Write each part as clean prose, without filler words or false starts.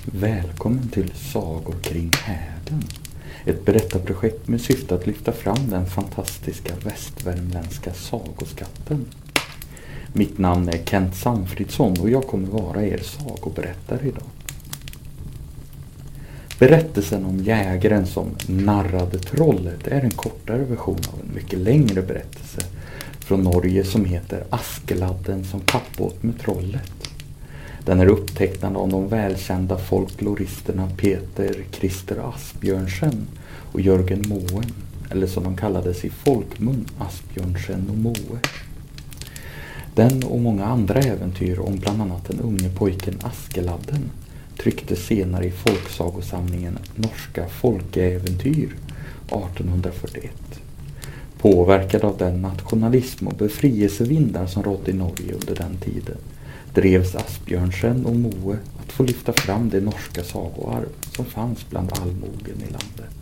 Välkommen till Sagor kring härden. Ett berättarprojekt med syfte att lyfta fram den fantastiska västvärmländska sagoskatten. Mitt namn är Kent Samfridsson och jag kommer vara er sagoberättare idag. Berättelsen om jägaren som narrade trollet är en kortare version av en mycket längre berättelse från Norge som heter Askeladden som kappåt med trollet. Den är upptecknad av de välkända folkloristerna Peter Christer Asbjörnsen och Jörgen Moen, eller som de kallades i folkmun Asbjörnsen och Moe. Den och många andra äventyr om bland annat den unge pojken Askeladden trycktes senare i folksagosamlingen Norska folkeäventyr 1841. Påverkad av den nationalism och befrielsevindar som rådde i Norge under den tiden drevs Asbjörnsen och Moe att få lyfta fram det norska sagoarv som fanns bland allmogen i landet.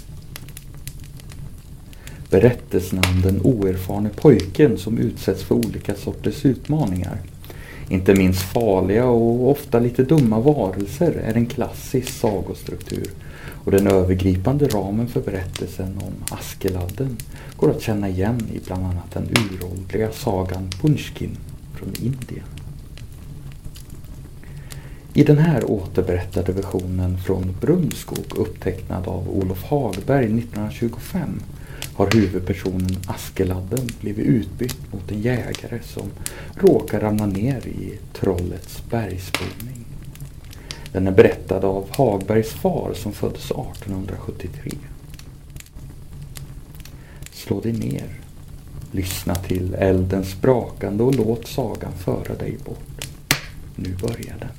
Berättelserna om den oerfarne pojken som utsätts för olika sorters utmaningar, inte minst farliga och ofta lite dumma varelser, är en klassisk sagostruktur och den övergripande ramen för berättelsen om Askeladden går att känna igen i bland annat den uråldriga sagan Punchkin från Indien. I den här återberättade versionen från Brunskog upptecknad av Olof Hagberg 1925 har huvudpersonen Askeladden blivit utbytt mot en jägare som råkar ramla ner i trollets bergsboning. Den är berättad av Hagbergs far som föddes 1873. Slå dig ner, lyssna till eldens sprakande och låt sagan föra dig bort. Nu börjar den.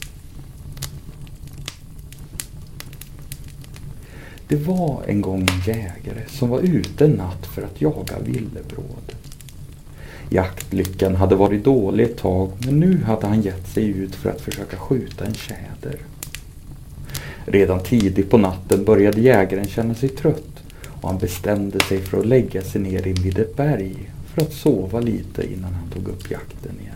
Det var en gång en jägare som var ute en natt för att jaga villebråd. Jaktlyckan hade varit dålig ett tag, men nu hade han gett sig ut för att försöka skjuta en tjäder. Redan tidigt på natten började jägaren känna sig trött och han bestämde sig för att lägga sig ner invid ett berg för att sova lite innan han tog upp jakten igen.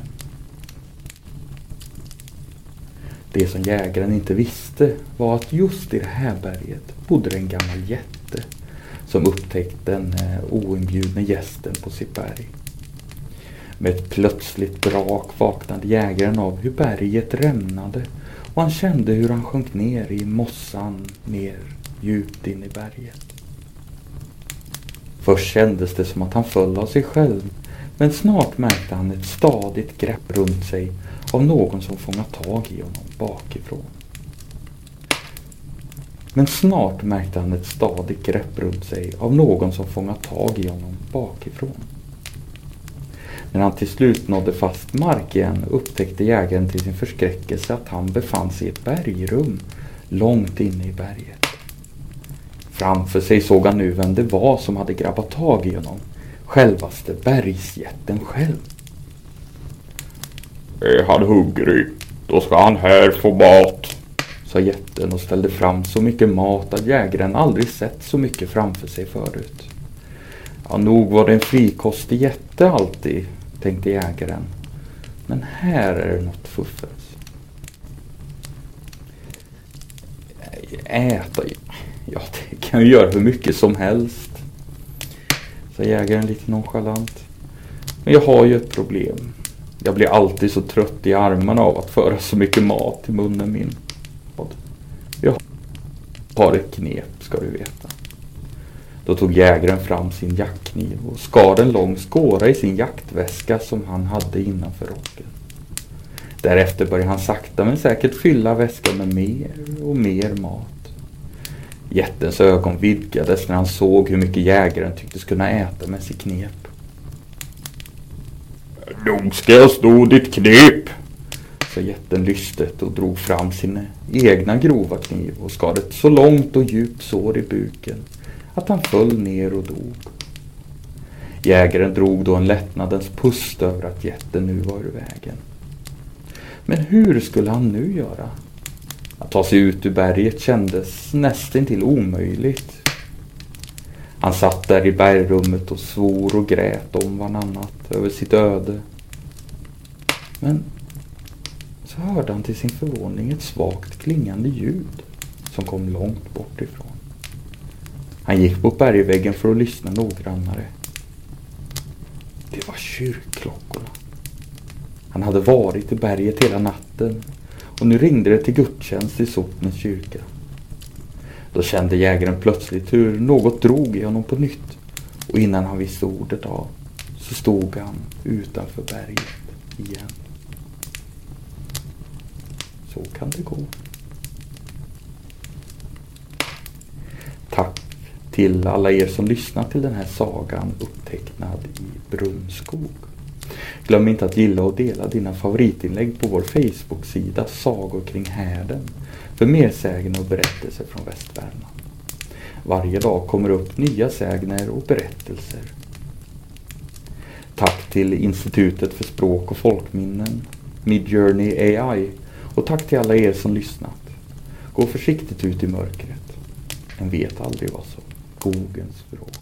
Det som jägaren inte visste var att just i det här berget bodde en gammal jätte som upptäckte den oinbjudna gästen på sitt berg. Med ett plötsligt brak vaknade jägaren av hur berget rämnade och han kände hur han sjönk ner i mossan ner djupt in i berget. Först kändes det som att han föll av sig själv, men snart märkte han ett stadigt grepp runt sig av någon som fångat tag i honom bakifrån. När han till slut nådde fast mark igen upptäckte jägaren till sin förskräckelse att han befann sig i ett bergrum långt inne i berget. Framför sig såg han nu vem det var som hade grabbat tag i honom. Självaste bergsjätten själv. Är han hungrig? Då ska han här få mat, sa jätten och ställde fram så mycket mat att jägaren aldrig sett så mycket framför sig förut. Ja, nog var det en frikostig jätte alltid, tänkte jägaren. Men här är det något fuffens. Äta? Ja, det kan ju göra hur mycket som helst, sa jägaren lite nonchalant. Men jag har ju ett problem. Jag blir alltid så trött i armarna av att föra så mycket mat i munnen min. Jag har ett knep, ska du veta. Då tog jägaren fram sin jackkniv och skar en lång skåra i sin jaktväska som han hade innanför rocken. Därefter började han sakta men säkert fylla väskan med mer och mer mat. Jättens ögon vidgades när han såg hur mycket jägaren tycktes kunna äta med sitt knep. Nog ska jag stå ditt knep, sa jätten lystet och drog fram sin egna grova kniv och skar ett så långt och djupt sår i buken att han föll ner och dog. Jägaren drog då en lättnadens pust över att jätten nu var ur vägen. Men hur skulle han nu göra? Att ta sig ut ur berget kändes nästan till omöjligt. Han satt där i bergrummet och svor och grät om varannat över sitt öde. Men så hörde han till sin förvåning ett svagt klingande ljud som kom långt bort ifrån. Han gick på bergväggen för att lyssna noggrannare. Det var kyrkklockorna. Han hade varit i berget hela natten och nu ringde det till gudstjänst i socknens kyrka. Då kände jägaren plötsligt hur något drog i honom på nytt, och innan han visste ordet av så stod han utanför berget igen. Så kan det gå. Tack till alla er som lyssnat till den här sagan upptecknad i Brunskog. Glöm inte att gilla och dela dina favoritinlägg på vår Facebook-sida Sagor kring härden för mer sägner och berättelser från Västvärmland. Varje dag kommer upp nya sägner och berättelser. Tack till Institutet för språk och folkminnen, Midjourney AI, och tack till alla er som lyssnat. Gå försiktigt ut i mörkret. En vet aldrig vad som skogens vrå.